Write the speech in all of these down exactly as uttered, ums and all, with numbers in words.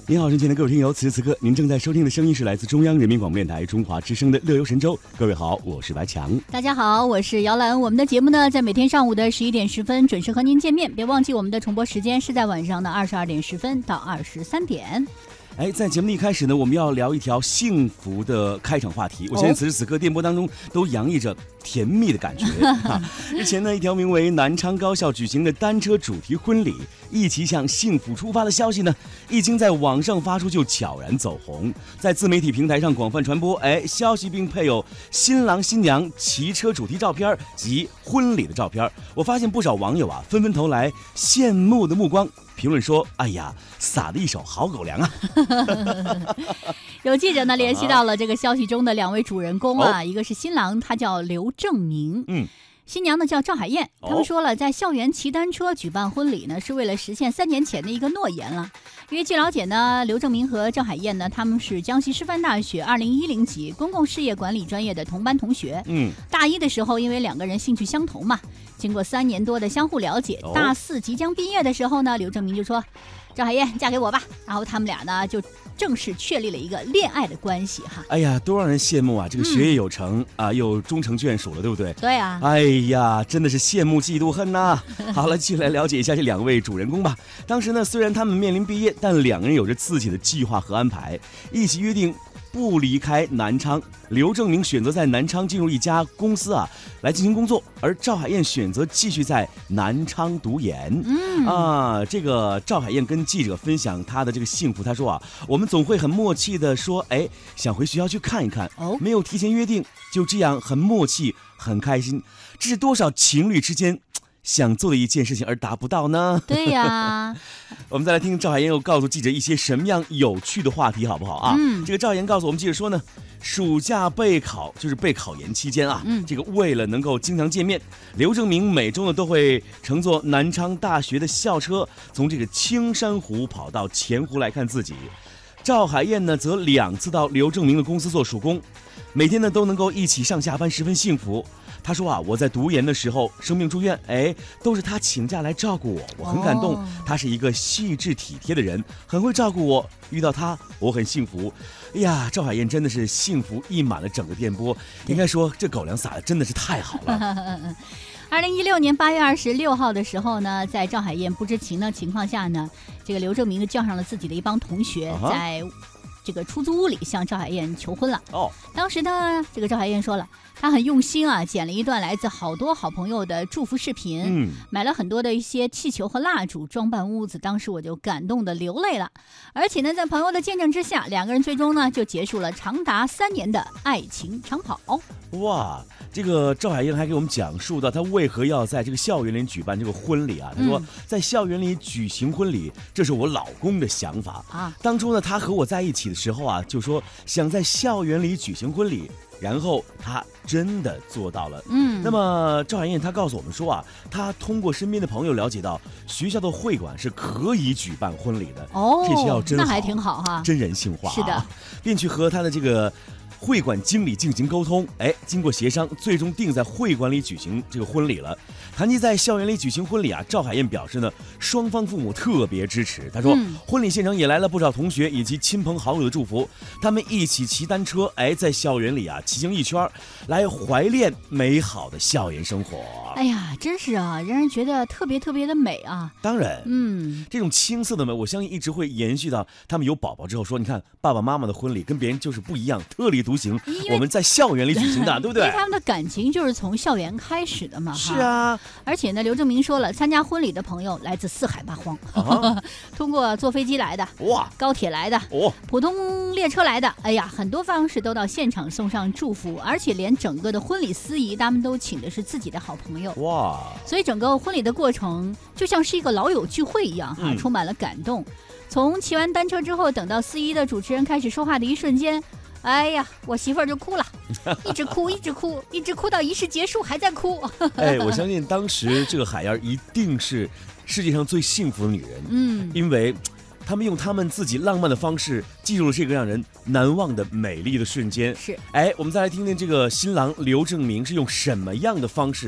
您好，尊敬的各位听友，此时此刻您正在收听的声音是来自中央人民广播电台中华之声的《乐游神州》。各位好，我是白强。 大家好，我是姚兰。我们的节目呢，在每天上午的十一点十分准时和您见面。别忘记我们的重播时间是在晚上的二十二点十分到二十三点。 哎，在节目的一开始呢，我们要聊一条幸福的开场话题。我相信此时此刻电波当中都洋溢着甜蜜的感觉。啊、日前呢，一条名为南昌高校举行的单车主题婚礼，一起向幸福出发的消息呢，一经在网上发出就悄然走红，在自媒体平台上广泛传播。哎，消息并配有新郎新娘骑车主题照片及婚礼的照片。我发现不少网友啊，纷纷投来羡慕的目光。评论说：“哎呀，撒的一手好狗粮啊！” 有记者呢联系到了这个消息中的两位主人公啊， 哦、 一个是新郎，他叫刘正明， 嗯。 新娘呢叫赵海燕，他们说了，在校园骑单车举办婚礼呢，是为了实现三年前的一个诺言了。因为据了解呢，刘正明和赵海燕呢，他们是江西师范大学二零一零级公共事业管理专业的同班同学。嗯，大一的时候，因为两个人兴趣相同嘛，经过三年多的相互了解，大四即将毕业的时候呢，刘正明就说：“赵海燕，嫁给我吧。”然后他们俩呢就正式确立了一个恋爱的关系哈。 哎呀，多让人羡慕啊！这个学业有成、嗯、啊，又终成眷属了，对不对？ 对啊。 哎呀，真的是羡慕嫉妒恨呐、啊！好了，继续来了解一下这两位主人公吧。当时呢，虽然他们面临毕业，但两个人有着自己的计划和安排，一起约定不离开南昌。刘正明选择在南昌进入一家公司啊来进行工作，而赵海燕选择继续在南昌读研。嗯啊，这个赵海燕跟记者分享她的这个幸福，她说啊，我们总会很默契的说，哎，想回学校去看一看，哦，没有提前约定，就这样很默契，很开心。这是多少情侣之间想做的一件事情而达不到呢？ 对呀、啊， 我们再来听赵海燕又告诉记者一些什么样有趣的话题，好不好啊？嗯，这个赵海燕告诉我们记者说呢，暑假备考就是备考研期间啊，嗯，这个为了能够经常见面，刘正明每周呢都会乘坐南昌大学的校车，从这个青山湖跑到前湖来看自己。赵海燕呢则两次到刘正明的公司做暑工，每天呢都能够一起上下班，十分幸福。他说啊，我在读研的时候生病住院，哎，都是他请假来照顾我，我很感动。哦、他是一个细致体贴的人，很会照顾我。遇到他，我很幸福。哎呀，赵海燕真的是幸福溢满了整个电波。应该说，这狗粮撒的真的是太好了。 二零一六年八月二十六号的时候呢，在赵海燕不知情的情况下呢，这个刘正明叫上了自己的一帮同学，啊、在这个出租屋里向赵海燕求婚了。哦，当时呢，这个赵海燕说了，他很用心啊，剪了一段来自好多好朋友的祝福视频，嗯，买了很多的一些气球和蜡烛装扮屋子，当时我就感动的流泪了。而且呢，在朋友的见证之下，两个人最终呢就结束了长达三年的爱情长跑。 哇，这个赵海燕还给我们讲述到他为何要在这个校园里举办这个婚礼啊。他说，在校园里举行婚礼，这是我老公的想法啊。当初呢，他和我在一起的时候啊，就说想在校园里举行婚礼。然后他真的做到了。嗯，那么赵海燕她告诉我们说啊，她通过身边的朋友了解到，学校的会馆是可以举办婚礼的。哦，这学校真好， 那还挺好哈， 真人性化、啊。 是的， 便去和他的这个会馆经理进行沟通，哎，经过协商，最终定在会馆里举行这个婚礼了。谈及在校园里举行婚礼啊，赵海燕表示呢，双方父母特别支持。他说，嗯、婚礼现场也来了不少同学以及亲朋好友的祝福，他们一起骑单车，哎，在校园里啊骑行一圈，来怀恋美好的校园生活。 哎呀，真是啊，让人觉得特别特别的美啊。 当然，嗯，这种青涩的美，我相信一直会延续到他们有宝宝之后。说，你看爸爸妈妈的婚礼跟别人就是不一样，特立独行。我们在校园里举行的，对不对？ 因为他们的感情就是从校园开始的嘛。 是啊。 而且呢，刘正明说了，参加婚礼的朋友来自四海八荒，啊、通过坐飞机来的，哇，高铁来的，哦，普通列车来的，哎呀，很多方式都到现场送上祝福，而且连整个的婚礼司仪，他们都请的是自己的好朋友，哇，所以整个婚礼的过程就像是一个老友聚会一样哈、啊，嗯、充满了感动。从骑完单车之后，等到司仪的主持人开始说话的一瞬间。哎呀，我媳妇儿就哭了，一直哭，一直哭，一直哭到仪式结束还在哭。 哎，我相信当时这个海燕一定是世界上最幸福的女人，嗯，因为他们用他们自己浪漫的方式记住了这个让人难忘的美丽的瞬间。 是， 哎，我们再来听听这个新郎刘正明是用什么样的方式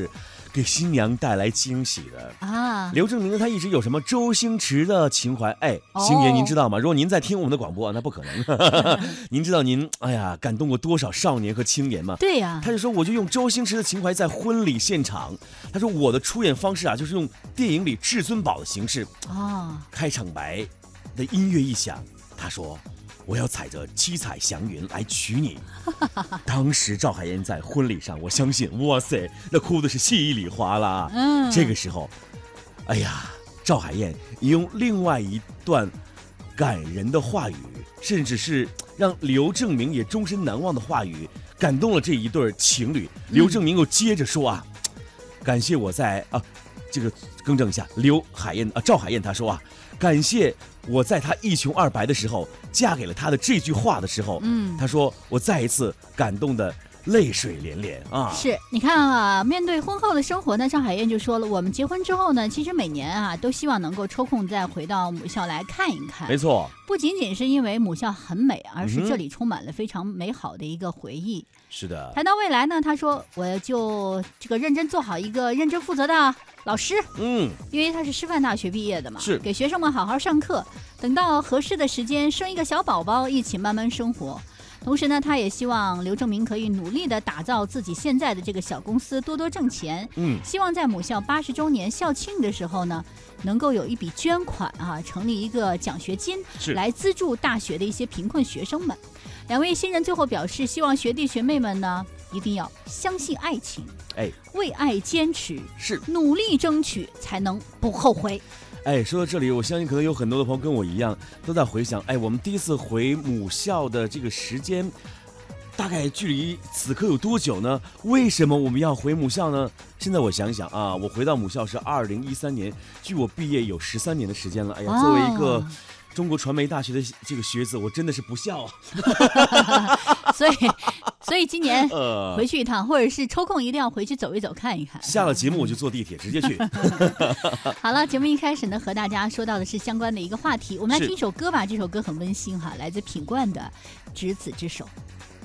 给新娘带来惊喜的啊。 刘正明呢，他一直有什么周星驰的情怀？哎，星爷您知道吗？如果您在听我们的广播，那不可能。您知道您哎呀感动过多少少年和青年吗？ 对呀、啊， 他就说我就用周星驰的情怀在婚礼现场。他说我的出演方式啊，就是用电影里至尊宝的形式啊。开场白的音乐一响，他说。我要踩着七彩祥云来娶你。当时赵海燕在婚礼上，我相信，哇塞，那哭的是稀里哗啦。嗯，这个时候，哎呀，赵海燕也用另外一段感人的话语，甚至是让刘正明也终身难忘的话语，感动了这一对情侣。刘正明又接着说啊，感谢我在啊，这个更正一下，刘海燕啊，赵海燕她说啊，感谢。我在他一穷二白的时候，嫁给了他的这句话的时候，嗯，他说我再一次感动的泪水连连啊！ 是你看啊，面对婚后的生活呢，赵海燕就说了，我们结婚之后呢，其实每年啊都希望能够抽空再回到母校来看一看。 没错， 不仅仅是因为母校很美，而是这里充满了非常美好的一个回忆。嗯、 是的。 谈到未来呢，他说我就这个认真做好一个认真负责的老师，嗯，因为他是师范大学毕业的嘛， 是给学生们好好上课，等到合适的时间生一个小宝宝，一起慢慢生活。同时呢，他也希望刘正明可以努力的打造自己现在的这个小公司，多多挣钱。嗯，希望在母校八十周年校庆的时候呢，能够有一笔捐款啊，成立一个奖学金，来资助大学的一些贫困学生们。两位新人最后表示，希望学弟学妹们呢，一定要相信爱情，哎，为爱坚持， 是努力争取，才能不后悔。 哎，说到这里，我相信可能有很多的朋友跟我一样，都在回想，哎，我们第一次回母校的这个时间，大概距离此刻有多久呢？为什么我们要回母校呢？现在我想想啊，我回到母校是二零一三年，距我毕业有十三年的时间了。哎呀，作为一个中国传媒大学的这个学子，我真的是不孝啊。 所以，所以今年回去一趟，或者是抽空一定要回去走一走，看一看。 下了节目我就坐地铁直接去。 好了，节目一开始呢，和大家说到的是相关的一个话题，我们来听一首歌吧。这首歌很温馨哈，来自品冠的《执子之手》。